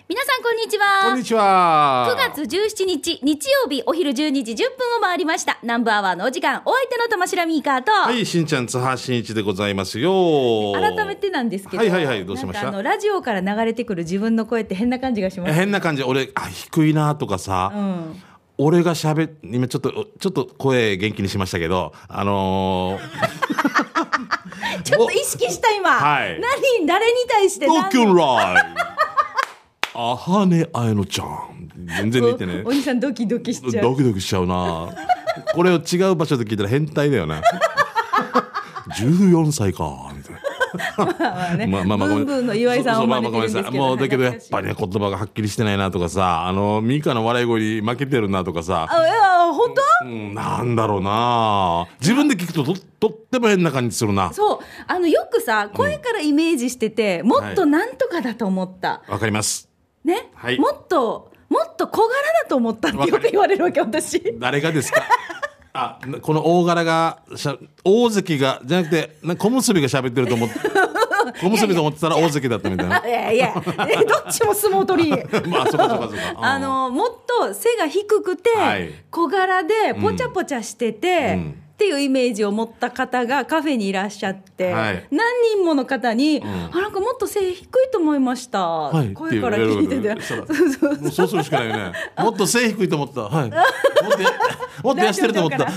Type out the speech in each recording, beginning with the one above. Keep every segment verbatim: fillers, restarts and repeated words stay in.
皆さんこんにちは。 こんにちは。 くがつじゅうしちにち日曜日お昼じゅうにじじゅっぷんを回りました。ナンバーワーのお時間、お相手の玉城ミーカーと、 はい、しんちゃん津波真一でございますよ。 改めてなんですけど、 はいはいはい、どうしました？ なんかあのラジオから流れてくる自分の声って変な感じがします。 変な感じ。俺あ低いなとかさ、うん、俺がしゃべ今ちょっとちょっと声元気にしましたけど、あのー、 ちょっと意識した今、はい、何誰に対して東京ライあはねあやのちゃん全然似てね。 お, お兄さんドキドキしちゃう。 ドキドキしちゃうな。これを違う場所で聞いたら変態だよね。じゅうよんさいかみたいな。 まあね、まあまあまあ、ブンブンの岩井さんを真似てるんですけど、 もうだけどやっぱりね言葉がはっきりしてないなとかさ、あのミカの笑い声に負けてるなとかさ。 あ、いや本当、 うん、なんだろうな。自分で聞くと と, とっても変な感じするな。 そう、あのよくさ声からイメージしてて、うん、もっとなんとかだと思ったわ、 はい、かりますね、 はい、 もっともっと小柄だと思ったってよく言われるわけ私。 誰がですか？あ、この大柄がしゃ大関がじゃなくて小結びが喋ってると思って小結びと思ってたら大関だったみたいな。 いやいやどっちも相撲取り。 まあそこそこそこ。 あのもっと背が低くて、はい、小柄でポチャポチャしてて、うんうんっていうイメージを持った方がカフェにいらっしゃって、はい、何人もの方に、うん、あ、なんかもっと背低いと思いました、はい、声から聞いてて、 そうそうそうするしかないよね。もっと背低いと思った、はい、もっともっと痩せてると思った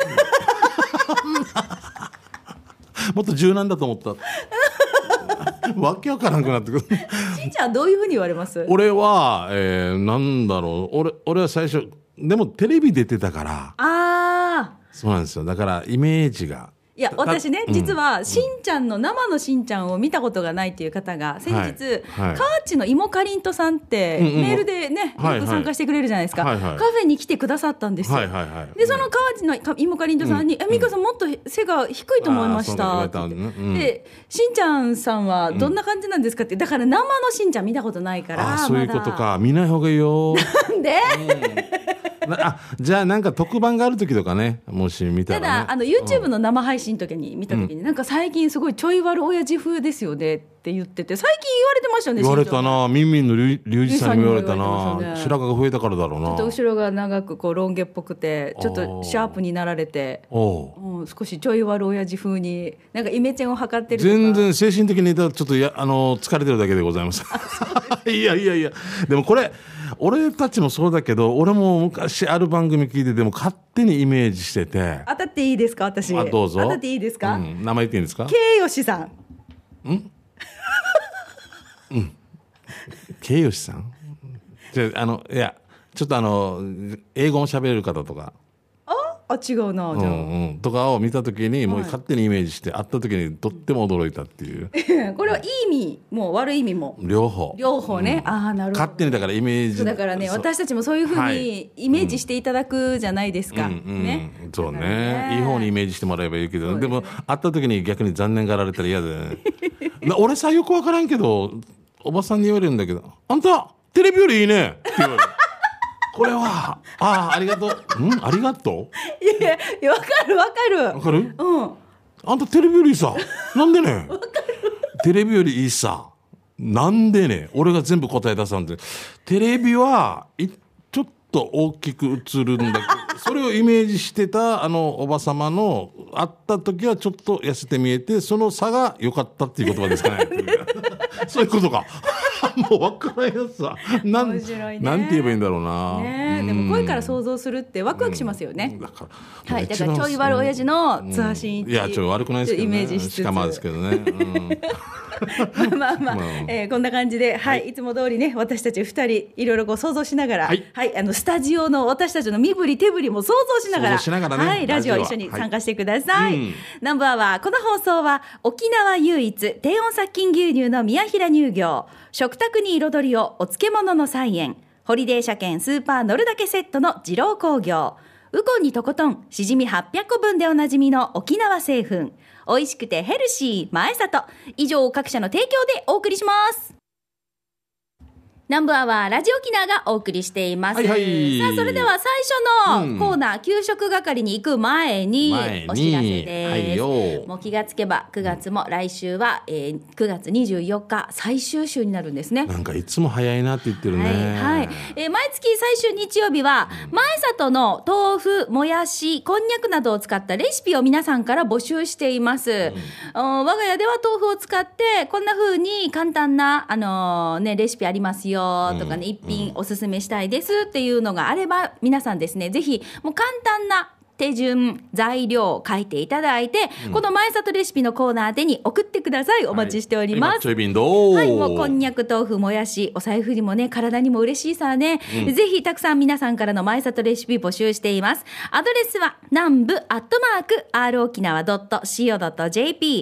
もっと柔軟だと思ったわけわからなくなってくる。 しんちゃんどういうふうに言われます？ 俺は、えー、なんだろう、俺、俺は最初でもテレビ出てたから、あーそうなんですよ。だからイメージが、 いや私ね、実はしんちゃんの生のしんちゃんを見たことがないっていう方が先日、はいはい、カーチの芋かりんとさんってメールでね、うんうん、よく参加してくれるじゃないですか、はいはい、カフェに来てくださったんですよ、はいはいはい、でそのカーチの芋かりんとさんに、うん、え美香さんもっと背が低いと思いましたって、うん、でしんちゃんさんはどんな感じなんですかって。だから生のしんちゃん見たことないから。 あ、そういうことか、見ない方がいいよ。 なんで、 うん、あ、じゃあなんか特番がある時とかね、もし見たら、ね、 ただあの YouTube の生配信の時に見た時に、うん、なんか最近すごいちょい悪親父風ですよねって言ってて、最近言われてましたよね。 言われたな、ミンミンのリュウジさんにも言われたな、ね、白髪が増えたからだろうな。 ちょっと後ろが長くこうロン毛っぽくてちょっとシャープになられて、うん、少しちょい悪親父風になんかイメチェンを図ってるとか。 全然精神的にちょっとやあの疲れてるだけでございます。いやいやいや、でもこれ俺たちもそうだけど、俺も昔ある番組聞いてても勝手にイメージしてて。 当たっていいですか？私。 あ、どうぞ。 当たっていいですか？ うん、名前言っていいんですか？ 慶吉さん。 ん？うん。慶吉さん？じゃあ、あのいやちょっとあの英語も喋れる方とか。 あ、違うな、じゃあ、 うんうん、とかを見たときにもう勝手にイメージして、はい、会ったときにとっても驚いたっていうこれはいい意味も悪い意味も両方両方ね、うん、あ、なるほど。 勝手にだからイメージだからね、私たちもそういうふうにイメージしていただくじゃないですか、はい、うんうんね、 そう ね, ねいい方にイメージしてもらえばいいけど、ね、でも会ったときに逆に残念がられたら嫌で、ね、俺さよくわからんけどおばさんに言われるんだけど、あんたテレビよりいいねって言われる。これはああ、ありがとう、ん、ありがとう。いやいや、わかるわかるわかる、 うん、 あんたテレビよりいいさ、なんでねわかるテレビよりいいさ、なんでね、俺が全部答え出さんで、テレビはいちょっと大きく映るんだけど、それをイメージしてたあのおばさまの会った時はちょっと痩せて見えて、その差が良かったっていう言葉ですかね。そういうことか。もう分からんやつさ、なん、ね、なんて言えばいいんだろうな、 ね、でも声から想像するってワクワクしますよね、うん、だからはい、だからちょい悪親父の津波真一、 いやちょい悪くないですけどね、イメージしつつしかまですけどね、 うん、まあまあ、まあえー、こんな感じで、はいはい、いつも通りね私たちふたりいろいろこう想像しながら、はいはい、あのスタジオの私たちの身振り手振りも想像しながら、 想像しながらね、 はい、ラジオ一緒に参加してください、はい、うん、ナンバーはこの放送は沖縄唯一低温殺菌牛乳の宮平乳業、食卓に彩りをお漬物の菜園、ホリデー車検スーパー乗るだけセットの二郎工業、ウコンにとことんしじみはっぴゃっこぶんでおなじみの沖縄製粉、美味しくてヘルシー前里、以上各社の提供でお送りします。 南部アワーラジオ沖縄がお送りしています。 はいはい、 さあそれでは最初のコーナー、うん、給食係に行く前にお知らせです。はいよ、もう気がつけばくがつも来週は、えー、くがつにじゅうよっか最終週になるんですね。 なんかいつも早いなって言ってるね。 はいはい、えー、毎月最終日曜日は前里の豆腐、もやし、こんにゃくなどを使ったレシピを皆さんから募集しています。うん、我が家では豆腐を使ってこんな風に簡単なあのー、ねレシピありますよとかね、一品おすすめしたいですっていうのがあれば皆さんですね、ぜひもう簡単な手順、材料を書いていただいて、うん、この前里レシピのコーナーでに送ってください。お待ちしております。 はい、はい、 もうこんにゃく、豆腐、もやし、お財布にもね、体にも嬉しいさね、うん、ぜひたくさん皆さんからの前里レシピ募集しています。アドレスは南部アットマーク r 沖縄 .co.jp、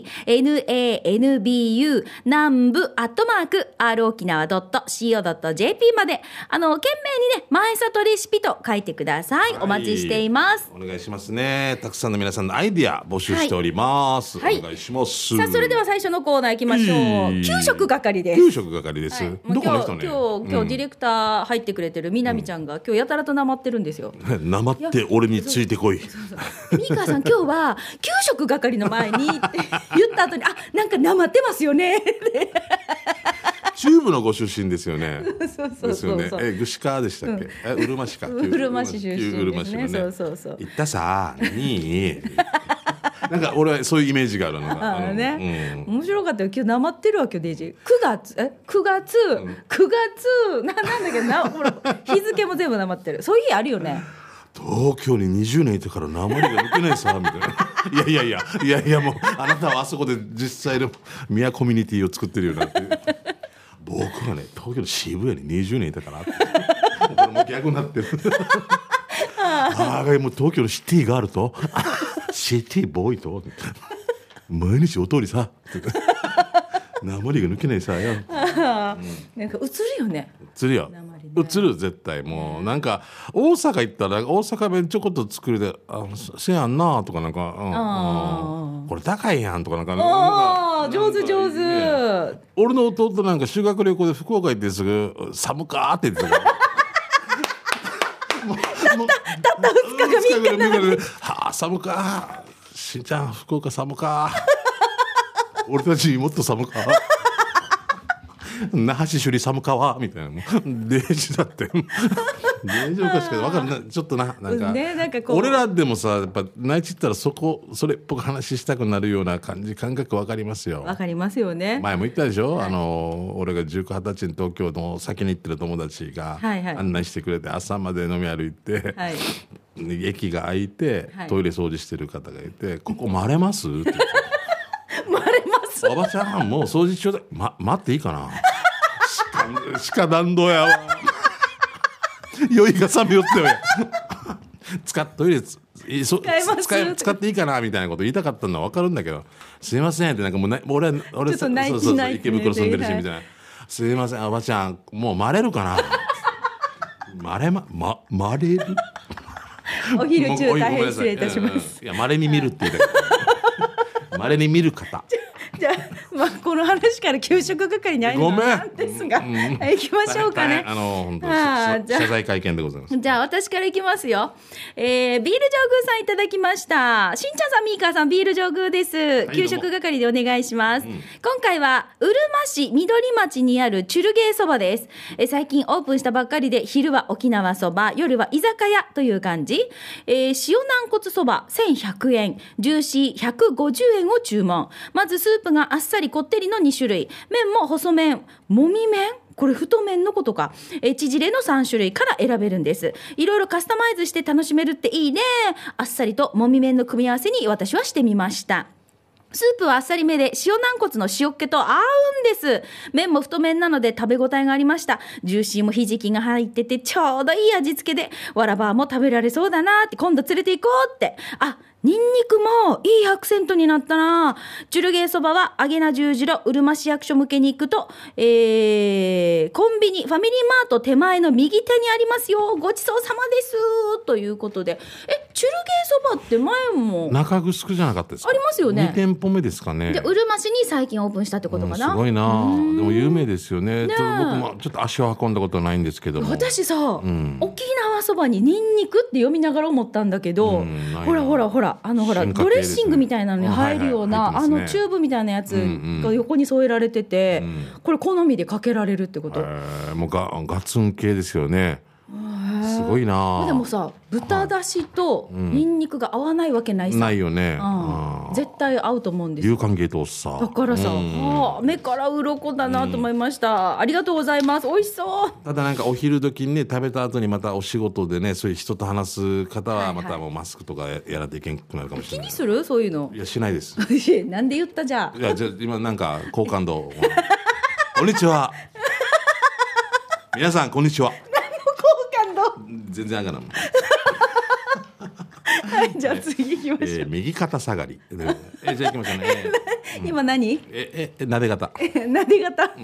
nanbu 南部アットマーク r 沖縄 .co.jp まで、あの懸命にね前里レシピと書いてください。お待ちしています。 お願いしますしますね。たくさんの皆さんのアイディア募集しております、はい、お願いします。 さあそれでは最初のコーナー行きましょう、えー、給食係です。 給食係です、はい、どこの人ね。 今日、今日ディレクター入ってくれてるみなみちゃんが、うん、今日やたらとなまってるんですよ。 なまって俺についてこい。 ミカさん今日は給食係の前にって言った後にあなんかなまってますよね中部のご出身ですよね。 そうそうそうそう。 え、ぐしかでしたっけ？うん、え、うるま市か。 うるま市出身ですね。そうそうそう。 言ったさに。なんか俺はそういうイメージがあるのが。 あのね、うん、面白かったよ。今日なまってるわ今日デイジー。くがつえくがつ、うん、くがつななんだっけなほら日付も全部なまってる。そういう日あるよね。 東京ににじゅうねんいてからなまりが抜けないさみたいな。いやいやいやいやいやもうあなたはあそこで実際の宮コミュニティを作ってるよなっていう。僕はね東京の渋谷ににじゅうねんいたからってこれもう逆になってるああもう東京のシティガールとシティボーイと毎日お通りさなまりが抜けないさよ、うん、 なんか映るよね。 映るよ、ね、映る絶対もうなんか大阪行ったら大阪弁ちょこっと作りであせやんなとかなんか、うんうん、これ高いやんとかなんかあ上手上手、 ね、俺の弟なんか修学旅行で福岡行ってすぐ寒かって言ってたたったたったふつかかみっかなのにはあ寒かしんちゃん福岡寒か俺たちもっと寒か那覇市首里寒川みたいなもうデージだってデージおかしくて分かるなちょっとななんか、ね、なんかこう俺らでもさやっぱ内地行ったらそこそれっぽく話したくなるような感じ感覚分かりますよ。 分かりますよね。 前も言ったでしょ、はい、あの俺がじゅうきゅう、はたちに東京の先に行ってる友達が案内してくれて朝まで飲み歩いて、はい、駅が空いてトイレ掃除してる方がいて、ここ回れますって言って回れますおばちゃんもう掃除中だ、ま、待っていいかな鹿弾道やわ酔いが覚めよってよ使っトイレつそ使います使い使っていいかなみたいなこと言いたかったのは分かるんだけどすいませんってなんかもうな俺は俺ちょっとナイチナイチ池袋住んでるしみたいなすいませんおばちゃんもう回れるかな回れまま回れるお昼中大変失礼いたします。 いや稀に見るって言うだけ稀に見る方じゃあ、まあ、この話から給食係に入るのなんですが、うん、行きましょうかね。 あの本当あ謝罪会見でございます。 じゃあ私から行きますよ、えー、ビール上宮さんいただきました。しんちゃんさんみーかーさんビール上宮です、はい、給食係でお願いします、うん、今回はうるま市緑町にあるチュルゲーそばです。えー、最近オープンしたばっかりで昼は沖縄そば夜は居酒屋という感じ、えー、塩軟骨そばせんひゃくえんジューシーひゃくごじゅうえんを注文。まずスープがあっさりこってりのに種類、麺も細麺もみ麺これ太麺のことか、え縮れのさん種類から選べるんです。いろいろカスタマイズして楽しめるっていいね。あっさりともみ麺の組み合わせに私はしてみました。スープはあっさりめで塩軟骨の塩っ気と合うんです。麺も太麺なので食べ応えがありました。ジューシーもひじきが入っててちょうどいい味付けでわらばも食べられそうだなって今度連れて行こうって。あニンニクもいいアクセントになったな。チュルゲーそばは揚げな十字路うるま市役所向けに行くと、えー、コンビニファミリーマート手前の右手にありますよ。ごちそうさまですということで、えチュルゲーそばって前も中城じゃなかったですか。 ありますよね。 に店舗目ですかね。 でうるま市に最近オープンしたってことかな、 うん、すごいな。でも有名ですよね。僕もちょっと足を運んだことないんですけども、 私さ、うん、沖縄そばにニンニクって読みながら思ったんだけど、うん、ほらほらほらあのほら、ね、ドレッシングみたいなのに入るような、はいはい、あのチューブみたいなやつが横に添えられてて、うんうん、これ好みでかけられるってこと。 えー、もうガガツン系ですよね。すごいな。 でもさ豚だしとニンニクが合わないわけないさ、 ないよね、 うん、絶対合うと思うんですよ。 流感ゲートさだからさ、はあ、目から鱗だなと思いました、うん、ありがとうございます。美味しそう。 ただなんかお昼時にね食べた後にまたお仕事でねそういう人と話す方はまたもうマスクとかやらなきゃいけなくなるかもしれない。 気にするそういうの。 いやしないです。 なんで言ったじゃあ。 いやじゃあ今なんか好感度こんにちは皆さんこんにちは。全然あがなもんはい、じゃあ次行きましょう、えー、右肩下がり、えー、じゃあ行きましょうね、えーうん、今何ええなで肩なで肩、うん、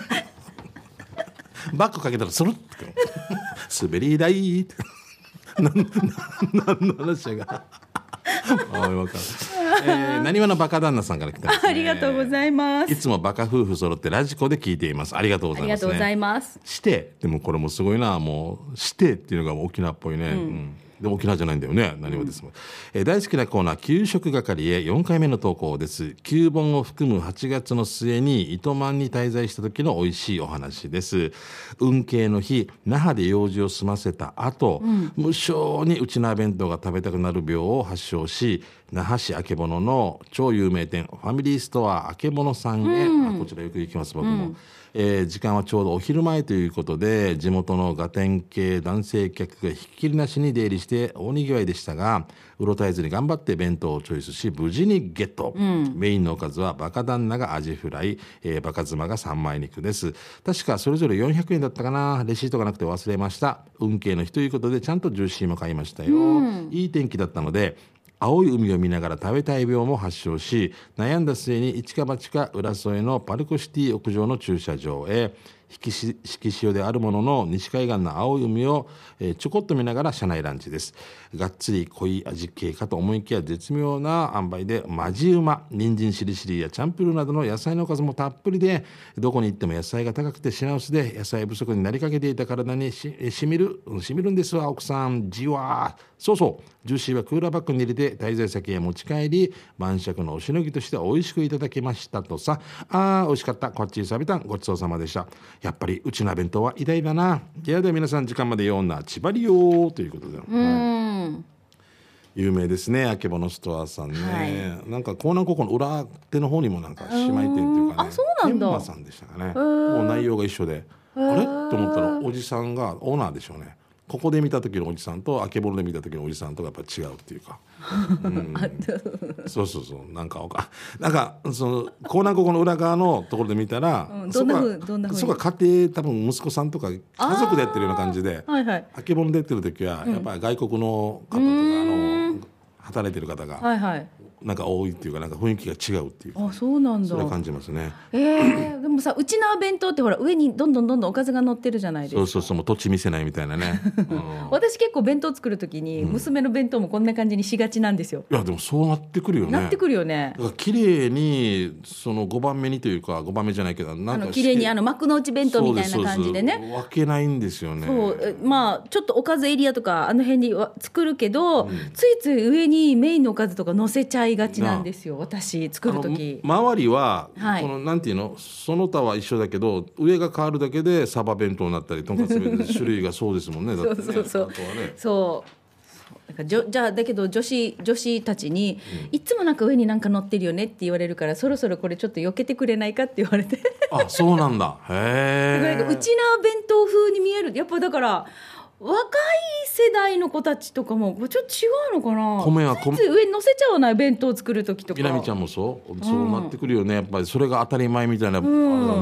バックかけたらそろっと滑り台何の話があ分かるえー、なにわのバカ旦那さんから来たんですね。 ありがとうございます。 いつもバカ夫婦揃ってラジコで聞いています。ありがとうございます、ね、 ありがとうございます。 してでもこれもすごいな。もうしてっていうのが沖縄っぽいね、うんうん、でも沖縄じゃないんだよね。何はですも、うんえー、大好きなコーナー給食係へよんかいめの投稿です。きゅうぼんを含むはちがつの末に糸満に滞在した時の美味しいお話です。運慶の日那覇で用事を済ませた後、うん、無性にうちな弁当が食べたくなる病を発症し那覇市あけぼのの超有名店ファミリーストアあけぼのさんへ、うん、こちらよく行きます僕も、うんえー、時間はちょうどお昼前ということで地元のガテン系男性客がひっきりなしに出入りして大にぎわいでしたがうろたえずに頑張って弁当をチョイスし無事にゲット、うん、メインのおかずはバカ旦那がアジフライ、えー、バカ妻が三枚肉です。確かそれぞれよんひゃくえんだったかな。レシートがなくて忘れました。運慶の日ということでちゃんとジューシーも買いましたよ、うん、いい天気だったので青い海を見ながら食べたい病も発症し悩んだ末に一か八か浦添のパルコシティ屋上の駐車場へ引きし引き潮であるものの西海岸の青い海を、えー、ちょこっと見ながら車内ランチです。がっつり濃い味系かと思いきや絶妙な塩梅でマジうま人参しりしりやチャンプルーなどの野菜の数もたっぷりでどこに行っても野菜が高くて品薄で野菜不足になりかけていた体にししみるしみるんですわ奥さんじわー。そうそうジューシーはクーラーバッグに入れて滞在先へ持ち帰り晩酌のおしのぎとして美味しくいただきましたとさあー美味しかったこっちサビタンごちそうさまでした。やっぱりうちの弁当は偉大だな。いやでは皆さん時間までような千葉りよということで、うん、はい、有名ですねあけぼのストアさんね、はい、なんか江南高校の裏手の方にもなんか姉妹店っていうかねあそうなんだ天馬さんでしたかね。もう内容が一緒であれと思ったらおじさんがオーナーでしょうね。ここで見た時のおじさんとあけぼので見た時のおじさんとがやっぱ違うっていうか、うん、そうそうそうなんかなんかその江南高校の裏側のところで見たら、うん、どんな風どんな風そこは家庭多分息子さんとか家族でやってるような感じで、はいはい、あけぼのでやってる時はやっぱり外国の方とか、うん、あの働いてる方が、はいはい、なんか多いっていうかなんか雰囲気が違うっていうか。 あそうなんだ。 それ感じますね。 えー、でもさうちの弁当ってほら上にどんどんどんどんおかずが乗ってるじゃないですか。 そうそうそうもう土地見せないみたいなね、うん、 私結構弁当作るときに娘の弁当もこんな感じにしがちなんですよ、 うん、いやでもそうなってくるよね。 なってくるよね。 だから綺麗にそのごばんめにというかごばんめじゃないけどなんか綺麗にあの幕の内弁当みたいな感じでね。 そうそうそう分けないんですよね。 そうまあちょっとおかずエリアとかあの辺には作るけど、うん、ついつい上にメインのおかずとか乗せちゃいがちなんですよ私作るとき。 周りは、はい、このなんていうのその他は一緒だけど上が変わるだけでサバ弁当になったりとんかつ弁当種類がそうですもんね。だってねそうそうそう、ね、そうだからじゃあだけど女子女子たちに、うん、いつもなんか上になんか乗ってるよねって言われるからそろそろこれちょっと避けてくれないかって言われてあそうなんだへえ。うちな弁当風に見えるやっぱだから若い世代の子たちとかもちょっと違うのかな。 米は米ついつい上に乗せちゃわない弁当を作る時とか。 きなみちゃんもそう、うん、そうなってくるよねやっぱりそれが当たり前みたいな、うん、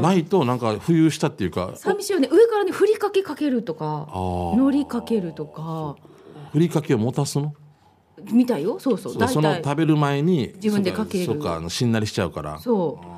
ないとなんか浮遊したっていうか寂しいよね。上からねふりかけかけるとかのりかけるとかふりかけを持たすのみたいよ。そうそうそうその食べる前に自分でかける。 そうかしんなりしちゃうから。 そう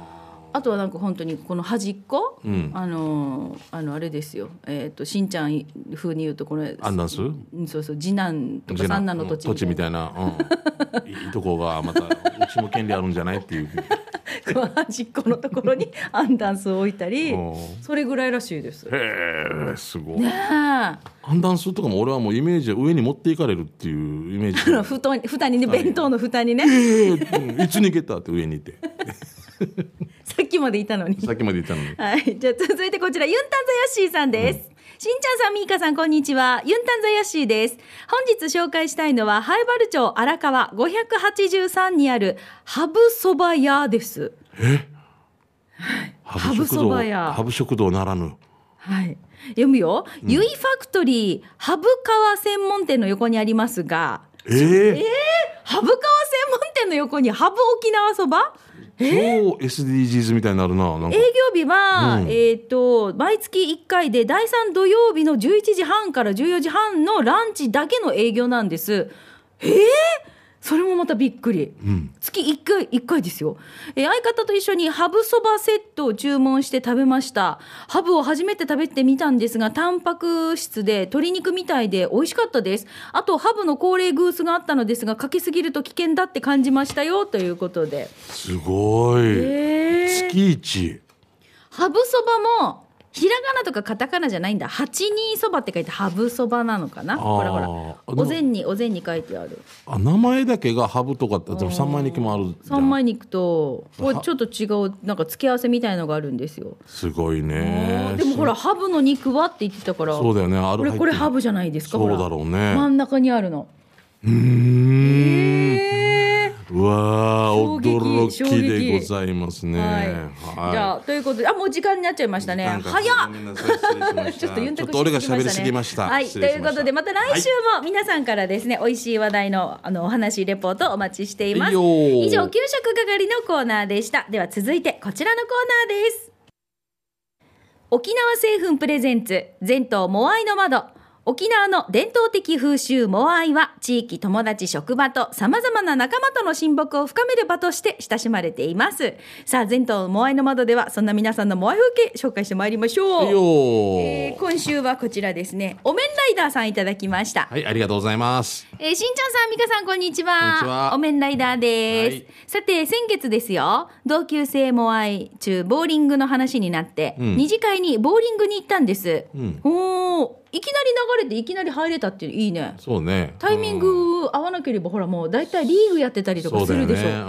あとはなんか本当にこの端っこ、 うん、 あのあのあれですよ、えー、としんちゃん風に言うとこれアンダンス、 そうそう、次男とか三男の土地土地みたいな、うん、いいとこがまたうちも権利あるんじゃないっていうこう端っこのところにアンダンスを置いたりそれぐらいらしいです。 へえ、すごい、 ね、 アンダンスとかも俺はもうイメージは上に持っていかれるっていうイメージふたに、蓋にね、弁当の蓋にね、 えーうん、いつに行けたって上にいてさっきまでいたのにさっきまでいたのに、 はい、じゃあ続いてこちらユンタンザヤッシーさんです、うん、しんちゃんさん、みーかさん、こんにちは。ユンタンザヤッシーです。本日紹介したいのは灰原町荒川ごひゃくはちじゅうさんにあるハブそば屋です。 え、 ハブそば屋、 ハブ食堂ならぬ、 はい、読むよ、うん、ユイファクトリーハブ川専門店の横にありますが、 えー、 えー、ハブ川専門店の横にハブ沖縄そば、 超 エスディージーズ みたいになるな。なんか営業日は、うん、えー、と毎月いっかいでだいさん土曜日のじゅういちじはんからじゅうよじはんのランチだけの営業なんです。えーそれもまたびっくり、うん、月いっかい、いっかいですよ、えー、相方と一緒にハブそばセットを注文して食べました。ハブを初めて食べてみたんですが、タンパク質で鶏肉みたいで美味しかったです。あとハブの高齢グースがあったのですが、かけすぎると危険だって感じましたよということで、 すごい、えー、月一ハブそばもひらがなとかカタカナじゃないんだ。八人そばって書いてハブそばなのかな。ほらほら、お膳にお膳に書いてある。 あ、名前だけがハブとかって三枚肉もあるじゃん。 三枚肉とこれちょっと違うなんか付け合わせみたいのがあるんですよ。 すごいね。 でもほらハブの肉はって言ってたから、 そうだよね、あるこれこれハブじゃないですか。 そうだろうね、 真ん中にあるの。 うーん、えー、うわー、驚きでございますね、 はいはい、じゃあということで、あ、もう時間になっちゃいましたね。早っちょっとユンタクしすぎましたね。 ちょっと俺が喋りすぎました。 はい、ということでまた来週も皆さんからですね、はい、美味しい話題のあのお話レポートお待ちしています。以上、給食係のコーナーでした。では続いてこちらのコーナーです。沖縄製粉プレゼンツ全島モアイの窓。沖縄の伝統的風習モアイは地域、友達、職場と様々な仲間との親睦を深める場として親しまれています。さあ、全島モアイの窓ではそんな皆さんのモアイ風景紹介してまいりましょう。えー、今週はこちらですね、お面ライダーさんいただきました。 はい、ありがとうございます。 えー、しんちゃんさん、みかさん、こんにちは。こんにちは。お面ライダーです、はい、さて先月ですよ、同級生モアイ中ボーリングの話になって、うん、二次会にボーリングに行ったんです、うん、おー、いきなり流れていきなり入れたっていういいね。 そうね。 タイミング合わなければ、ほらもうだいたいリーグやってたりとかするでしょ。う、ね、うん、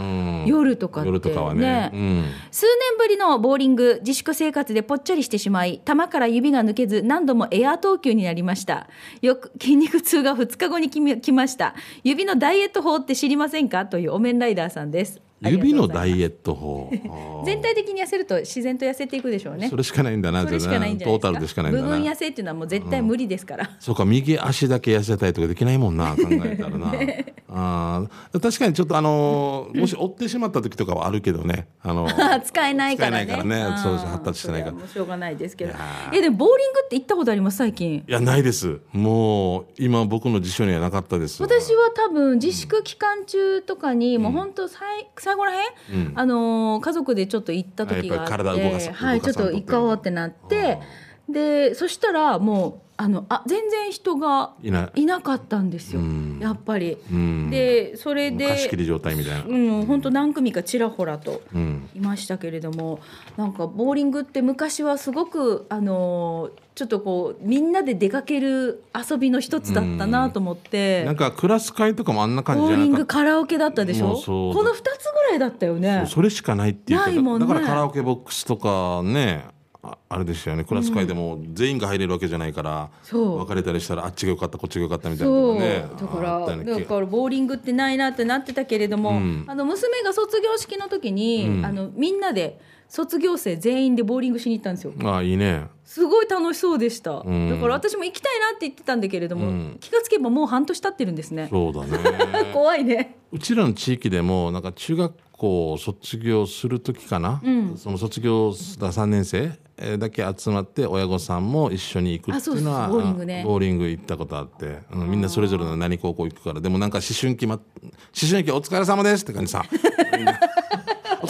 夜とかって、ね、夜とかはね、うん、数年ぶりのボーリング、自粛生活でぽっちゃりしてしまい、球から指が抜けず何度もエア投球になりました。よく筋肉痛がふつかごに来ました。指のダイエット法って知りませんかというお面ライダーさんです。 指のダイエット法全体的に痩せると自然と痩せていくでしょうね。 それしかないんだな。 それしかないんじゃないですか。 トータルでしかないんだな。 部分痩せっていうのはもう絶対無理ですから、うん、 そうか、右足だけ痩せたいとかできないもんな、考えたらなあ、確かにちょっとあのー、もし折ってしまった時とかはあるけどね、あのー、 使えないからね、 使えないからね、そう発達してないからもうしょうがないですけど。え、でもボーリングって行ったことあります最近？ いや、ないです。もう今僕の辞書にはなかったです。 私は多分自粛期間中とかに、うん、もう本当最最後らへん、うん、あのー、家族でちょっと行った時があって、 体動かさ、 はい、ちょっと行こうってなって、でそしたらもうあのあ全然人がいな、いなかったんですよ、うん、やっぱり、うん、でそれで貸し切り状態みたいな、 うん、本当何組かちらほらといましたけれども、うん、なんかボーリングって昔はすごくあのちょっとこうみんなで出かける遊びの一つだったなと思って、うん、 なんかクラス会とかもあんな感じじゃなかった。 ボーリングカラオケだったでしょ。このふたつぐらいだったよね。 そ, それしかないっていうか、 ないもんね。 だからカラオケボックスとかね、あ, あれでしたよね、クラス会でも全員が入れるわけじゃないから、うん、別れたりしたらあっちがよかったこっちがよかったみたいなのね。 そうだからだからボーリングってないなってなってたけれども、うん、あの娘が卒業式の時に、うん、あのみんなで卒業生全員でボーリングしに行ったんですよ。 ああ、いいね。すごい楽しそうでした、うん、だから私も行きたいなって言ってたんだけれども、うん、気がつけばもう半年経ってるんですね。 そうだね怖いね。 うちらの地域でもなんか中学校卒業する時かな、うん、その卒業したさんねん生だけ集まって親御さんも一緒に行くっていうのは、 ボーリングね、 ボーリング行ったことあって、うん、みんなそれぞれの何高校行くから、でもなんか思春期、ま、思春期お疲れ様ですって感じさお疲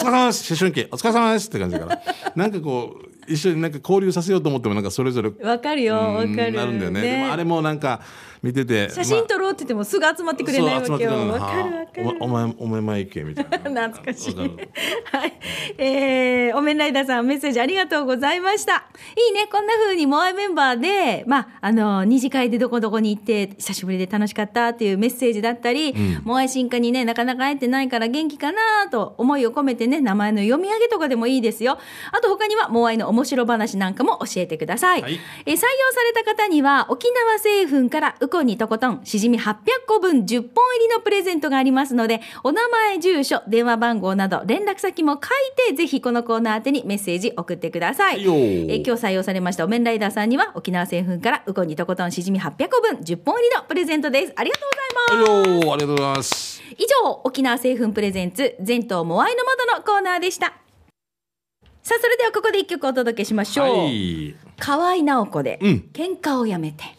疲れ様です、思春期お疲れ様ですって感じだからなんかこう一緒になんか交流させようと思ってもなんかそれぞれわかるよわかるなるんだよね。 ね、 でもあれもなんか見てて写真撮ろうって言ってもすぐ集まってくれないわけよ。わかるわかる。 お前お前前行けみたいな。 懐かしい。はい、えー、おめんライダーさんメッセージありがとうございました。いいね、こんな風にモアイメンバーでまああの二次会でどこどこに行って久しぶりで楽しかったっていうメッセージだったり、うん、モアイ進化にねなかなか会えてないから元気かなと思いを込めてね名前の読み上げとかでもいいですよ。あと他にはモアイの面白話なんかも教えてください。はい、えー、採用された方には沖縄製粉からウコンにとことんしじみはっぴゃっこぶんじゅっぽん入りのプレゼントがありますので、お名前、住所、電話番号など連絡先も書いてぜひこのコーナー宛てにメッセージ送ってください。えー、今日採用されましたおめんライダーさんには沖縄製粉からウコンにとことんしじみはっぴゃっこぶんじゅっぽん入りのプレゼントです。ありがとうございます。 ありがとうございます。 以上、沖縄製粉プレゼンツ全島モアイの窓のコーナーでした。さあそれではここで一曲お届けしましょう。はい、河合直子で、うん、喧嘩をやめて。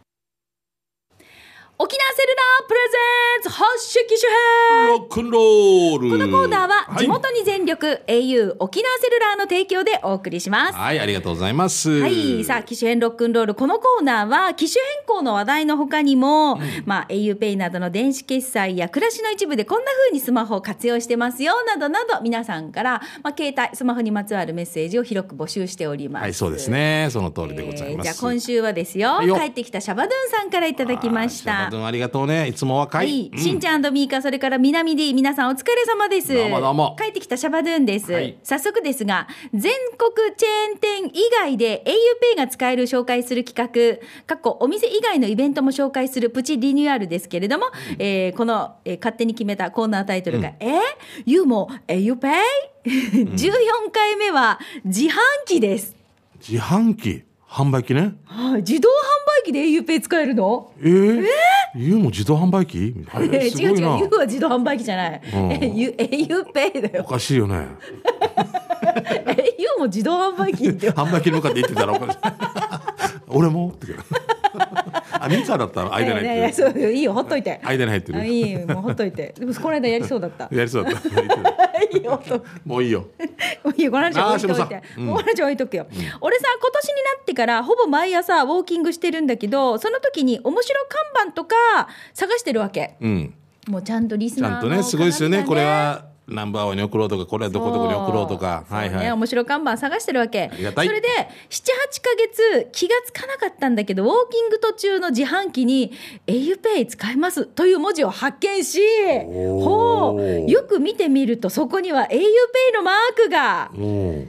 沖縄セルラープレゼンツ発色機種編ロックンロール。 このコーナーは地元に全力、はい、エーユー 沖縄セルラーの提供でお送りします。 はい、ありがとうございます。 はい、さあ機種編ロックンロール、このコーナーは機種変更の話題の他にも、うん、まあ エーユー ペイなどの電子決済や暮らしの一部でこんな風にスマホを活用してますよなどなど皆さんから、まあ、携帯スマホにまつわるメッセージを広く募集しております。 はい、そうですね、その通りでございます。 えー、じゃあ今週はですよ、よ帰ってきたシャバドゥンさんからいただきました。 シャバドゥンありがとうね、いつも若い、 はい、うん、しんちゃん&ミーカ、それから南 D、 皆さんお疲れ様です。 どうもどうも。 帰ってきたシャバドゥンです、はい、早速ですが全国チェーン店以外で エーユー ペイが使える紹介する企画、過去お店以外のイベントも紹介するプチリニューアルですけれども、うん、えー、この、えー、勝手に決めたコーナータイトルが、うん、えー、ユーも エーユー ペイじゅうよんかいめは自販機です。 自販機販売機ね、 はい、自動販売機で エーユー ペイ使えるの？ えー、えー、ユーも自動販売機？ えー、違う違う、ユーは自動販売機じゃない、うん、えー、ユー エーユー ペイだよ。 おかしいよねえー、ユーも自動販売機って販売機の中で言ってたらおかしい俺もってあ、ミカだったら間に入ってる、いやいや、 そういいよ、ほっといて、 間に入ってる、 いいよ、もうほっといて。でもこの間やりそうだったやりそうだったいいよ、 もういいよもういいよ、この話は置いといて、うん、この話は置いとくよ、うん、俺さ、今年になってからほぼ毎朝ウォーキングしてるんだけど、その時に面白看板とか探してるわけ、うん、もうちゃんとリスナーの方々がね、 ちゃんとね、すごいですよね、これはナンバーワンに送ろうとか、これはどこどこに送ろうとか、はいはい、 ね、面白看板探してるわけ。 ありがたい。 それでななはちかげつ気がつかなかったんだけど、ウォーキング途中の自販機に エーユー ペイ使えますという文字を発見し、ほう、よく見てみるとそこには エーユー ペイのマークが、えー、ユーも エーユ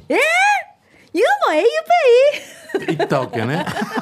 ー ペイって言ったわけね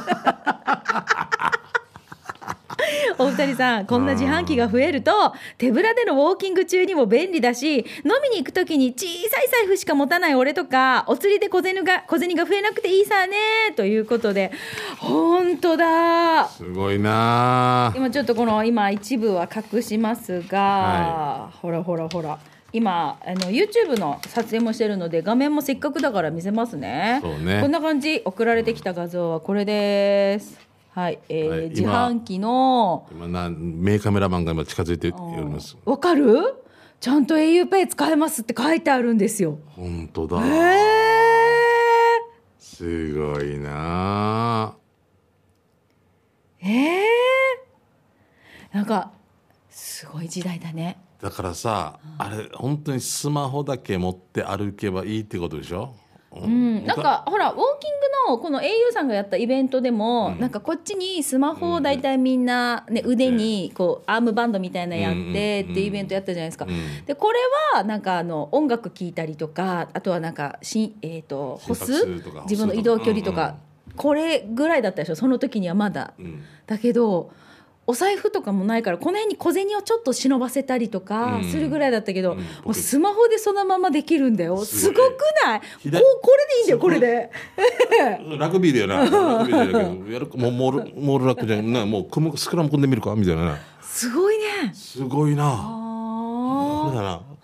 お二人さん、こんな自販機が増えると手ぶらでのウォーキング中にも便利だし、飲みに行くときに小さい財布しか持たない俺とか、お釣りで小銭が小銭が増えなくていいさねということで、本当だ、 すごいな。 今ちょっとこの今一部は隠しますが、はい、ほらほらほら、今あの YouTube の撮影もしてるので画面もせっかくだから見せますね。 そうね、 こんな感じ。送られてきた画像はこれです。はい、えーはい、自販機の今な名カメラマンが今近づいております。 わかる？ちゃんと エーユー ペイ使えますって書いてあるんですよ。 本当だ、 えー、 すごいな。 えー、なんかすごい時代だね。 だからさ、うん、あれ本当にスマホだけ持って歩けばいいってことでしょ。 うん、なんかほらウォーキングのこの エーユー さんがやったイベントでも、うん、なんかこっちにスマホをだいたいみんな、ね、腕にこうアームバンドみたいなやってってイベントやったじゃないですか、うん、でこれはなんかあの音楽聴いたりとか、あとはなんかし、えー、と歩数、自分の移動距離とか、うんうん、これぐらいだったでしょ、その時にはまだ、うん、だけどお財布とかもないからこの辺に小銭をちょっと忍ばせたりとかするぐらいだったけど、うんうん、もうスマホでそのままできるんだよ。すごくない？こうこれでいいんだよ、これでラグビーだよな、ラグビーだけどやるもうモールモールラックじゃんな、もう組むスクラム組んでみるかみたいな。 すごいね、 すごいな、あこれだな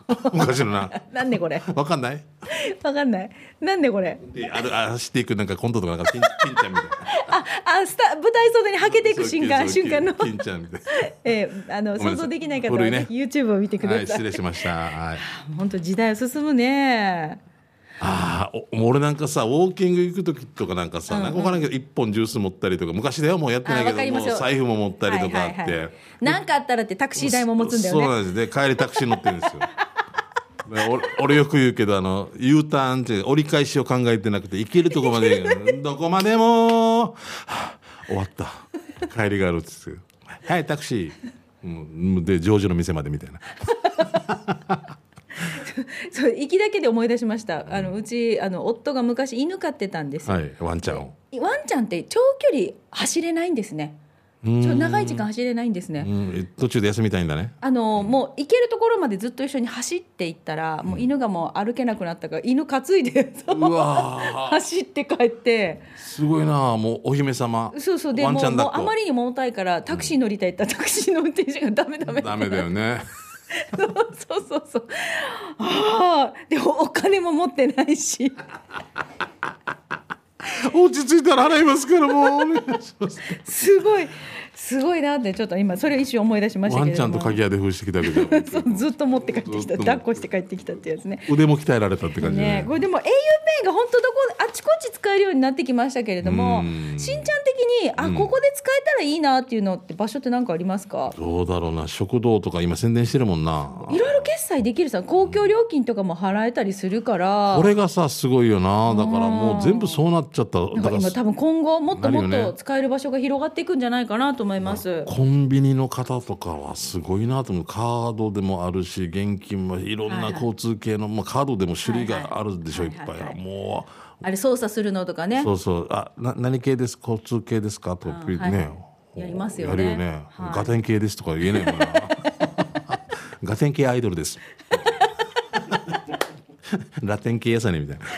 昔のな。 なんでこれわかんないわかんない。なんでこれであるあ走っていくなんかコントとかなんか金金ちゃんみたいな。 ああスタ舞台袖にはけていく瞬間瞬間の金ちゃんみたいな。 えー、あの想像できない方は、ねね、 YouTube を見てください。はい、 失礼しました。はい。 本当時代進むね。 ああ、俺なんかさウォーキング行く時とかなんかさ、うんうん、なんか分からんけど一本ジュース持ったりとか昔ではもうやってないけどもう財布も持ったりとかあって、はいはいはい、 なんかあったらってタクシー代も持つんだよね。 そうなんです。で帰りタクシー乗ってるんですよ。俺, 俺よく言うけどあの U ターンって折り返しを考えてなくて行けるとこまでどこまでも、はあ、終わった帰りがあるっつってはいタクシー、うん、でジョージの店までみたいな。 そう行きだけで思い出しました。あのうちあの夫が昔犬飼ってたんですよ、 はい、ワンちゃんを。 ワンちゃんって長距離走れないんですね。ちょ長い時間走れないんですね。 うん途中で休みたいんだね。 あのもう行けるところまでずっと一緒に走っていったら、うん、もう犬がもう歩けなくなったから犬担いでうわ走って帰って。 すごいな。もうお姫様。 そうそうでもう、もうあまりにも重たいからタクシー乗りたいって言ったら、うん、タクシーの運転手がダメダメダメだよね。 そうそうそう。ああ、でもお金も持ってないし。 落ち着いたら払いますからもうお願いします。 すごいすごいなってちょっと今それを一瞬思い出しましたけれども。 ワンちゃんと鍵屋で封してきたわけじゃん。 そうずっと持って帰ってきた抱っこして帰ってきたってやつね。 腕も鍛えられたって感じ ね, ね。これでも au ペイが本当どこあちこち使えるようになってきましたけれども、しんちゃん的にあここで使えたらいいなっていうのって場所って何かありますか？ どうだろうな。食堂とか今宣伝してるもんな。 いろいろ決済できるさ公共料金とかも払えたりするから、 これがさすごいよな。だからもう全部そうなっちゃった。だから今多分今後もっともっと使える場所が広がっていくんじゃないかなと思います。 コンビニの方とかはすごいなと思う。カードでもあるし現金もいろんな交通系の、はいはい、まあ、カードでも種類があるでしょ、はいはい、いっぱい、はいはいはい、もうあれ操作するのとかね。 そうそうあな何系です交通系ですかとかね、はいはい、 やりますよね。 やるよね、はい、ガテン系ですとか言えないもんな。ガテン系アイドルです。ラテン系やさねみたいな。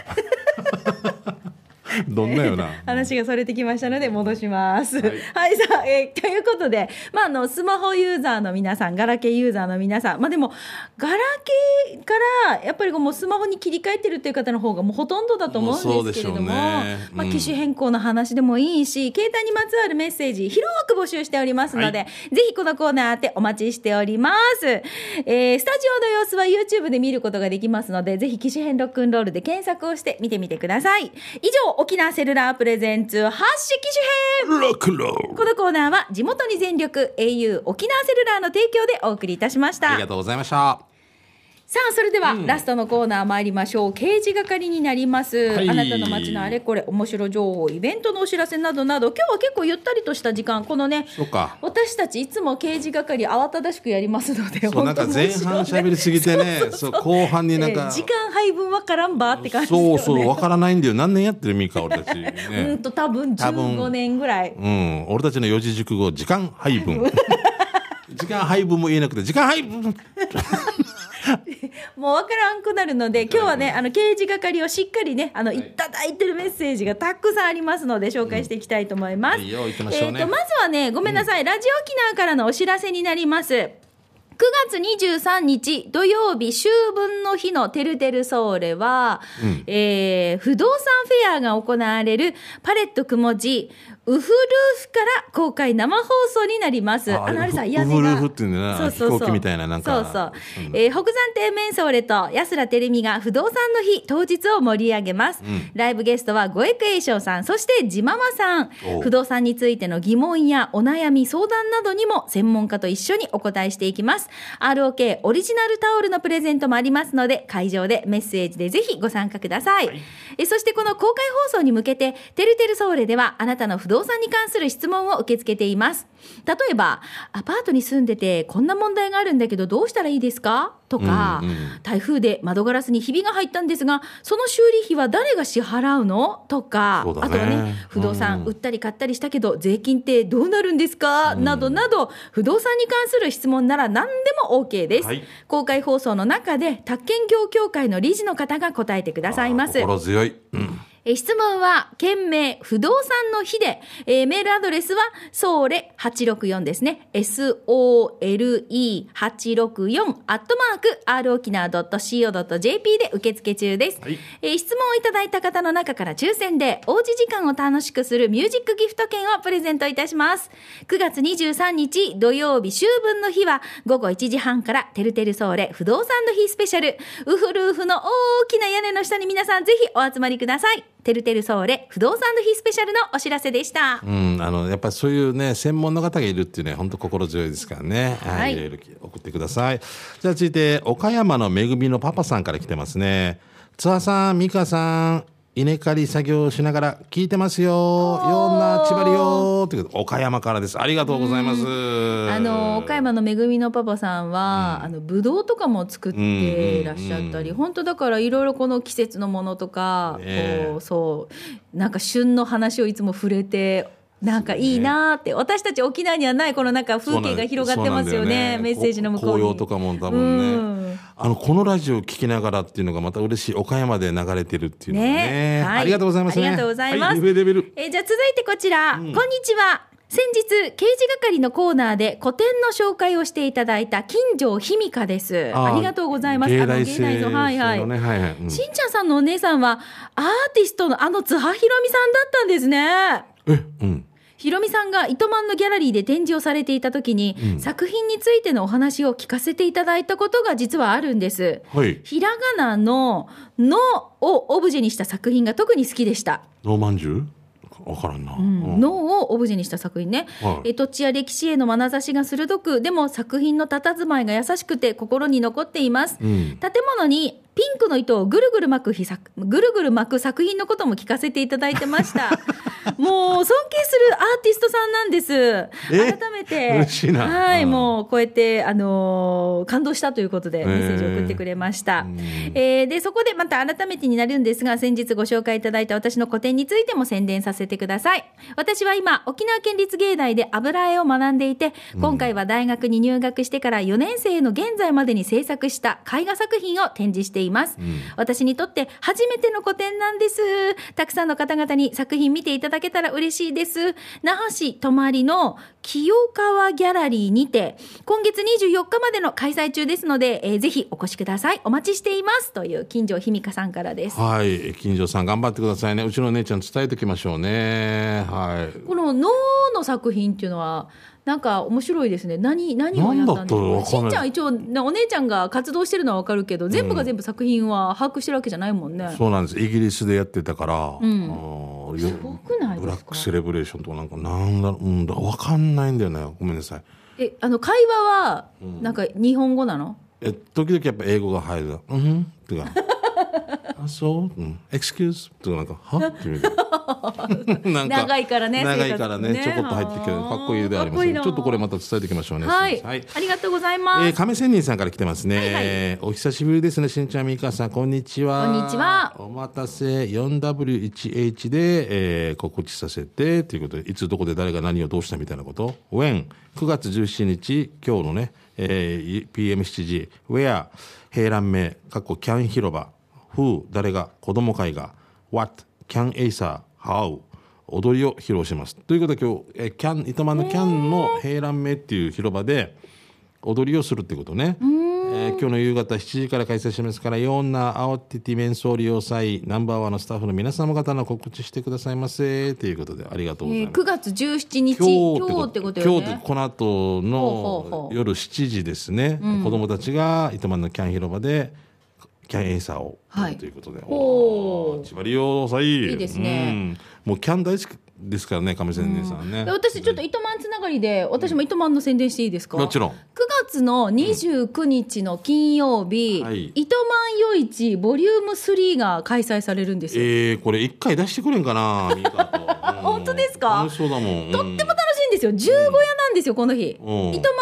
どんなよな。 話がそれてきましたので戻します。はい、はい、さあ、えー、ということで、まあ、あのスマホユーザーの皆さん、ガラケーユーザーの皆さん、まあ、でもガラケーからやっぱりこうもうスマホに切り替えてるっていう方の方がもうほとんどだと思うんですけれども、ね、うん、まあ、機種変更の話でもいいし、携帯にまつわるメッセージ広く募集しておりますので、はい、ぜひこのコーナーでお待ちしております。えー、スタジオの様子は YouTube で見ることができますので、ぜひ機種変ロックンロールで検索をして見てみてください。以上、沖縄セルラープレゼンツ発式機種編ロックンロール。 このコーナーは地元に全力 au 沖縄セルラーの提供でお送りいたしました。 ありがとうございました。 さあそれでは、うん、ラストのコーナー参りましょう。刑事係になります、はい、あなたの街のあれこれ面白情報イベントのお知らせなどなど、今日は結構ゆったりとした時間、このね、 そうか、 私たちいつも刑事係慌ただしくやりますので、 そうなんか前半しゃべりすぎてね、そうそうそう、後半になんか、 えー、時間配分わからんばって感じですよね。 そうそうわからないんだよ。何年やってるミカ俺たち、ね、 うんと多分じゅうごねんぐらい、 うん、俺たちの四字熟語時間配分。時間配分も言えなくて時間配分。 もう分からんくなるので、今日はね、あの刑事係をしっかりね、あのいただいてるメッセージがたくさんありますので紹介していきたいと思います。うん、いいよ、行きましょうね。えーと、まずはね、ごめんなさい、うん、ラジオ沖縄からのお知らせになります。くがつにじゅうさんにち土曜日秋分の日のてるてるソーレは、うん、えー、不動産フェアが行われるパレットくもじウフルーフから公開生放送になります。 ああのあれさ、 屋根がウフルーフっていうのは飛行機みたいな、なんかそうそう、うん、えー、北山亭メンソーレと安良照美が不動産の日当日を盛り上げます。うん、ライブゲストは五エクエイショウさん、そしてジママさん。不動産についての疑問やお悩み相談などにも専門家と一緒にお答えしていきます。 アールオーケー オリジナルタオルのプレゼントもありますので、会場でメッセージでぜひご参加ください。はい、えそしてこの公開放送に向けててるてるソーレではあなたの不動産に関する質問を受け付けています。例えば、アパートに住んでてこんな問題があるんだけどどうしたらいいですかとか、うんうん、台風で窓ガラスにひびが入ったんですがその修理費は誰が支払うのとか、ね、あとはね、不動産売ったり買ったりしたけど、うん、税金ってどうなるんですか、うん、などなど不動産に関する質問なら何でも OK です。はい、公開放送の中で宅建業協会の理事の方が答えてくださいます。 心強い。うん、 えー、質問は件名不動産の日で、えー、メールアドレスはソーレはちろくよんですね。 エスオーエルイーはちろくよん アットマーク アール 沖縄 ドット シーオー ドット ジェーピー で受付中です、はい。えー、質問をいただいた方の中から抽選でおうち時間を楽しくするミュージックギフト券をプレゼントいたします。くがつにじゅうさんにち土曜日秋分の日はごごいちじはんからてるてるソーレ不動産の日スペシャル。ウフルーフの大きな屋根の下に皆さんぜひお集まりください。てるてるソーレ不動産の日スペシャルのお知らせでした。 うん、あのやっぱりそういうね専門の方がいるっていうね本当心強いですからね。はい、いろいろ送ってください。じゃあ続いて岡山のめぐみのパパさんから来てますね。津波さん、美香さん、稲刈り作業しながら聞いてますよ。よんな千葉りよということで岡山からです。ありがとうございます。 あの岡山のめぐみのパパさんは、うん、あのぶどうとかも作っていらっしゃったり、うんうん、本当だからいろいろこの季節のものとか、ね、こうそうなんか旬の話をいつも触れてなんかいいなって、私たち沖縄にはないこのなんか風景が広がってますよね。メッセージの向こうに紅葉とかも多分ね、うん、あのこのラジオを聞きながらっていうのがまた嬉しい。岡山で流れてるっていうのが ね, ね、はい、ありがとうございますね。 ありがとうございます、 はい、レベルえー、じゃあ続いてこちら、うん、こんにちは。先日刑事係のコーナーで古典の紹介をしていただいた金城ひみかです。 あ, ありがとうございます。 芸大生のはいはい、 はいはいうん、 しんちゃんさんのお姉さんはアーティストのあの津波ひろみさんだったんですね。 え、うんひろみさんが糸満のギャラリーで展示をされていた時に、うん、作品についてのお話を聞かせていただいたことが実はあるんです、はい、ひらがなののをオブジェにした作品が特に好きでした。 のまんじゅうわからんな、 うん、脳をオブジェにした作品ね、はい、え土地や歴史への眼差しが鋭く、でも作品の佇まいが優しくて心に残っています、うん、建物にピンクの糸をぐるぐる巻くぐるぐる巻く作品のことも聞かせていただいてましたもう尊敬するアーティストさんなんです。改めて嬉しいな、 はい、もうこうやって、あのー、感動したということでメッセージを送ってくれました、えーえー、でそこでまた改めてになるんですが、先日ご紹介いただいた私の個展についても宣伝させてください。私は今沖縄県立芸大で油絵を学んでいて、今回は大学に入学してからよねん生の現在までに制作した絵画作品を展示しています、うん、私にとって初めての個展なんです。たくさんの方々に作品見ていただけたら嬉しいです。那覇市泊の清川ギャラリーにて今月にじゅうよっかまでの開催中ですので、えー、ぜひお越しください。お待ちしていますという金城ひみかさんからです。 はい、金城さん頑張ってくださいね。うちの姉ちゃん伝えておきましょうね。はい、 この脳の作品っていうのはなんか面白いですね。何何をやったんですか。しんちゃん一応お姉ちゃんが活動してるのは分かるけど、全部が全部作品は把握してるわけじゃないもんね、 うん、そうなんです。イギリスでやってたから、うん、 あすごくないですか。 ブラックセレブレーションとかなんかなんだろう、うん、分かんないんだよね。ごめんなさい。 えあの会話はなんか日本語なの、 うん、え時々やっぱ英語が入る。うんってかあそう、うん、エクスキューズとかなんかはって言うなんか長いからね長いからねちょこっと入ってきてかっこいいでありますね。ちょっとこれまた伝えておきましょうね。 はい、はい、ありがとうございます。 えー、亀仙人さんから来てますね、はいはい、お久しぶりですね。しんちゃんみかさんこんにちは。 こんにちは。 お待たせ よんダブリューワンエイチ で、えー、告知させてということで、いつどこで誰が何をどうしたみたいなこと When くがつじゅうしちにち今日のね、えー、ピーエムしちじ Where 平蘭名かっこキャン広場Who 誰が子供会が What Can Acer How 踊りを披露しますということで、今日えキャン糸満のキャンの平蘭名っていう広場で踊りをするってことね。えー、今日の夕方しちじから開催しますから、いろんなアオティティメンソー利用祭ナンバーワンのスタッフの皆様方の告知してくださいませということでありがとうございます。 えー、くがつじゅうしちにち今日ってことよね。 今日ってこの後の夜しちじですね、うん、子供たちが糸満のキャン広場でキャンエーサーを、はい、ということで、おー千葉利用祭いいですね、 うん、もうキャン大好きですからね亀仙人さんね、 うん、私ちょっと糸満つながりで私も糸満の宣伝していいですか。 もちろんくがつのにじゅうくにちの金曜日、うんはい、糸満夜市ボリュームスリーが開催されるんですよ。 えー、これいっかい出してくれんかなミカと、うん、 本当ですか。 楽しそうだもん、うん、 とっても楽しいんですよ。十五夜なんですよこの日、うん、糸満大綱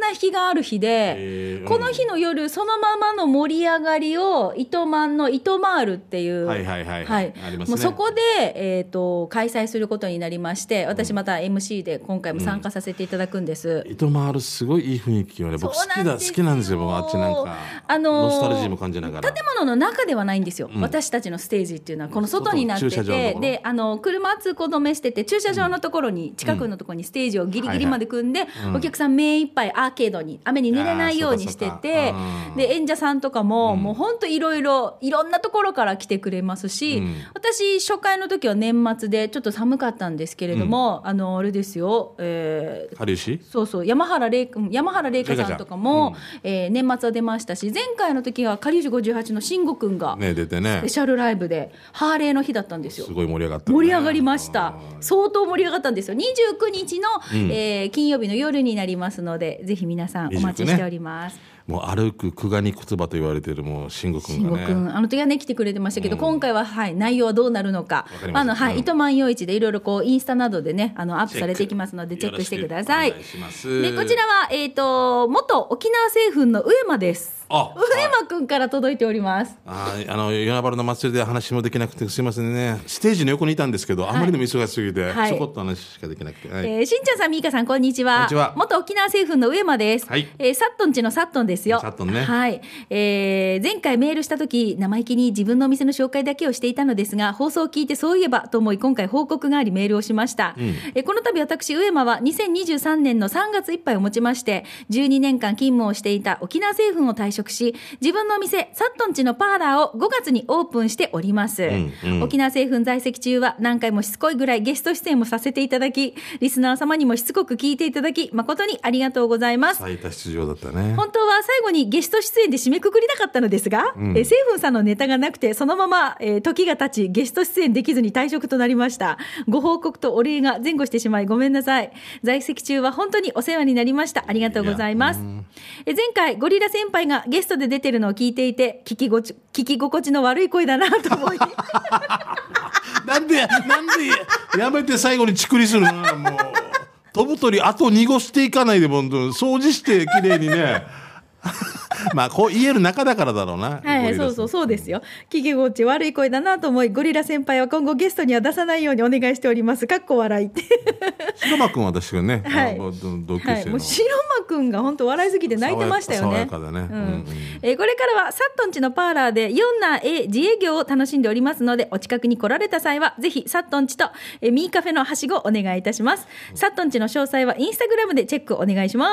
な日がある日で、この日の夜そのままの盛り上がりを糸満の糸マールっていう、 はいはいはい、はい、ありますね。 もうそこで、えー、と開催することになりまして、私また エムシー で今回も参加させていただくんです、うん、 糸マールすごいいい雰囲気よね。僕好きだ好きなんですよ。僕あっちなんか、あのー、ノスタルジーも感じながら。 建物の中ではないんですよ、うん、私たちのステージっていうのはこの外になってて、であの車通行止めしてて、駐車場のところに、うん、近くのところにステージをギリギリまで組んで、はいはい、お客さん目いっぱいアーケードに雨に濡れないようにしてて、で演者さんとかも、うん、もう本当いろいろいろんなところから来てくれますし、うん、私初回の時は年末でちょっと寒かったんですけれども、うん、あのあれですよ、えー、 春石そうそう山原玲山原玲香さんとかも、うん、えー、年末は出ましたし、前回の時はかりゆしごじゅうはちの慎吾くんが、 ね、出てね、 スペシャルライブでハーレーの日だったんですよ。 すごい盛り上がった、ね、 盛り上がりました。相当盛り上がったんですよ。にじゅうくにちの、うん、えー、金曜日の夜になりますので、ぜひ皆さんお待ちしております。 もう歩く久我に言葉と言われているもう慎吾くんがね、 慎吾くんあの時はね来てくれてましたけど、うん、今回は、はい、内容はどうなるのか、あの、はい、糸満夜市でいろいろこうインスタなどでねあのアップされていきますのでチェックしてください。でこちらは、えー、と元沖縄製粉の上間です。 あ上間くんから届いております。 ああの与那原の祭りで話もできなくてすいませんね。ステージの横にいたんですけど、はい、あまりにも忙しすぎて、はい、ちょこっと話しかできなくて、はい、 えー、しんちゃんさんみーかさんこんにちは。こんにちは。元沖縄製粉の上間です、はい、えー、サットンちのサットンですよ。 サットンね、 はい、えー、前回メールした時生意気に自分のお店の紹介だけをしていたのですが、放送を聞いてそういえばと思い今回報告がありメールをしました、うん、えー、この度私上間はにせんにじゅうさんねんのさんがついっぱいをもちましてじゅうにねんかん勤務をしていた沖縄製粉を退職し、自分のお店サットンちのパーラーをごがつにオープンしております、うんうん、沖縄製粉在籍中は何回もしつこいぐらいゲスト出演もさせていただき、リスナー様にもしつこく聞いていただき誠にありがとうございます。 最多出場だったね。 本当は最後にゲスト出演で締めくくりたかったのですが、うん、え製粉さんのネタがなくてそのまま、えー、時が経ちゲスト出演できずに退職となりました。ご報告とお礼が前後してしまいごめんなさい。在籍中は本当にお世話になりました。ありがとうございます。え前回ゴリラ先輩がゲストで出てるのを聞いていて聞きごち聞き心地の悪い声だなと思いなんでなんでやめて最後にチクリするの。もう飛ぶ鳥あと濁していかないでも掃除してきれいにねまあこう言える仲だからだろうな。 はい、はい、そうそうそうですよ。聞き心地悪い声だなと思いゴリラ先輩は今後ゲストには出さないようにお願いしております。かっこ笑いって白間くんは私がね、はい、同級生の、はい、 もう白間くんが本当笑いすぎて泣いてましたよね。 爽やかだね、うんうん、 えー、これからはサットンちのパーラーでいろんな自営業を楽しんでおりますので、お近くに来られた際はぜひサットンちとえミーカフェのはしごお願いいたします。サットンちの詳細はインスタグラムでチェックお願いします。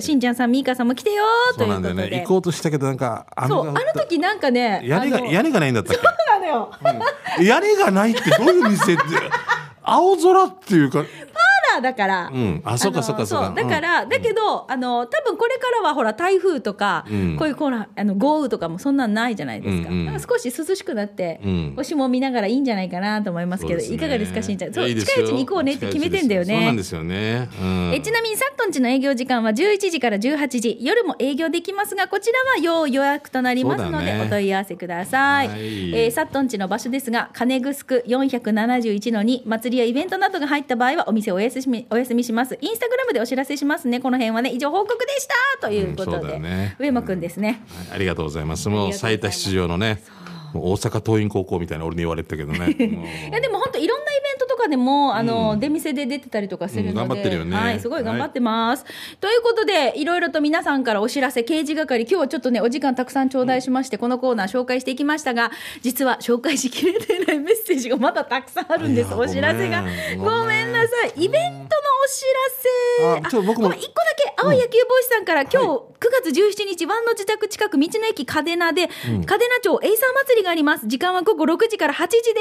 しんちゃんさんミーカさんも来てよということで、ね、 行こうとしたけどなんか雨がそうあの時なんかね屋根が屋根がないんだったっけ。 そうなのよ、 うん、屋根がないってどういう店って青空っていうかだから、 うん、あ、そうかそうかそうか。 だから、うん、だけどあの多分これからはほら台風とか、うん、こういうほらあの豪雨とかもそんなんないじゃないですか。うんうん、だから少し涼しくなって、うん、星も見ながらいいんじゃないかなと思いますけど、ね、いかがですかしんちゃん。そう、近いうちに行こうねって決めてんだよね。 そうなんですよね。うん、 えちなみにサットンちの営業時間はじゅういちじからじゅうはちじ、夜も営業できますがこちらは要予約となりますので、ね、お問い合わせください。はい、えー、サットンちの場所ですが金城区よんひゃくななじゅういちのに祭りやイベントなどが入った場合はお店をお休みお休みします。インスタグラムでお知らせしますね。この辺はね以上報告でしたということで、うんね、上間くんですね、 うん、ありがとうございます。もう最多出場のねもう大阪桐蔭高校みたいな俺に言われてたけどねいやでも本当いろんなイベントとかでもあの、うん、出店で出てたりとかするので、うん、 頑張ってるよね、 はい、すごい頑張ってます、はい、ということでいろいろと皆さんからお知らせ掲示係今日はちょっとねお時間たくさん頂戴しまして、うん、このコーナー紹介していきましたが実は紹介しきれてないメッセージがまだたくさんあるんです。お知らせがごめんなさい。イベントのお知らせ、あちょ僕もいっこだけ青い野球帽子さんから、うん、今日くがつじゅうしちにちワンの自宅近く道の駅嘉手納で、うん、嘉手納町エイサー祭りがあります。時間はごごろくじからはちじです。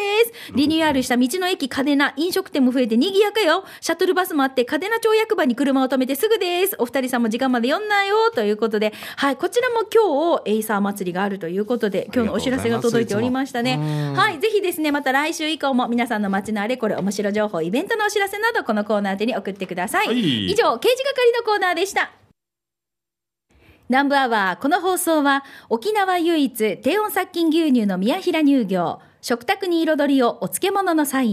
リニューアルした道の駅嘉手納、飲食店も増えてにぎやかよ。シャトルバスもあって嘉手納町役場に車を止めてすぐです。お二人さんも時間まで読んなよということで、はい、こちらも今日エイサー祭りがあるということで今日のお知らせが届いておりましたね。はい、ぜひですねまた来週以降も皆さんの街のあれこれ面白情報イベントのお知らせなどこのコーナー宛てに送ってください、はい、以上刑事係のコーナーでした。南部アワー、この放送は沖縄唯一低温殺菌牛乳の宮平乳業、食卓に彩りをお漬物の菜園、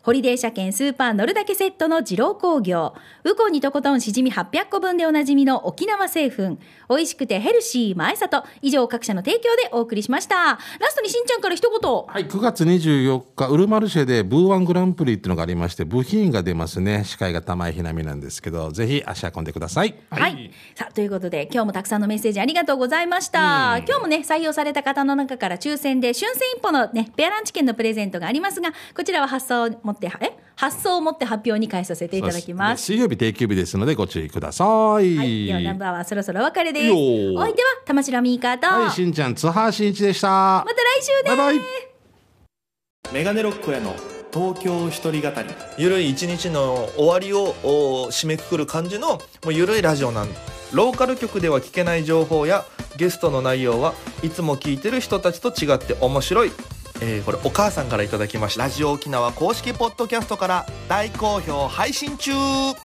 ホリデー車検スーパー乗るだけセットの二郎工業、ウコンにとことんしじみはっぴゃっこぶんでおなじみの沖縄製粉、美味しくてヘルシー前里、以上各社の提供でお送りしました。ラストにしんちゃんから一言。 はい、くがつにじゅうよっかウルマルシェでブーワングランプリっていうのがありまして、部品が出ますね。司会が玉井ひなみなんですけど、ぜひ足運んでください。 はい、はい、さあということで今日もたくさんのメッセージありがとうございました。今日もね採用された方の中から抽選で春戦一歩のねペアランチ券のプレゼントがありますが、こちらは発送を持ってえ発送をもって発表に返させていただきます。 水曜日定休日ですのでご注意ください。 はい、ではナンバーはそろそろお別れです。お相手は玉城ミーカーと、 はい、しんちゃん津波しんいちでした。 また来週ね。 バイバイ。 メガネロックへの東京一人語り、 ゆるい一日の終わりを締めくくる感じのもうゆるいラジオなんで、ローカル局では聞けない情報やゲストの内容はいつも聞いてる人たちと違って面白い、えー、これお母さんからいただきました。ラジオ沖縄公式ポッドキャストから大好評配信中。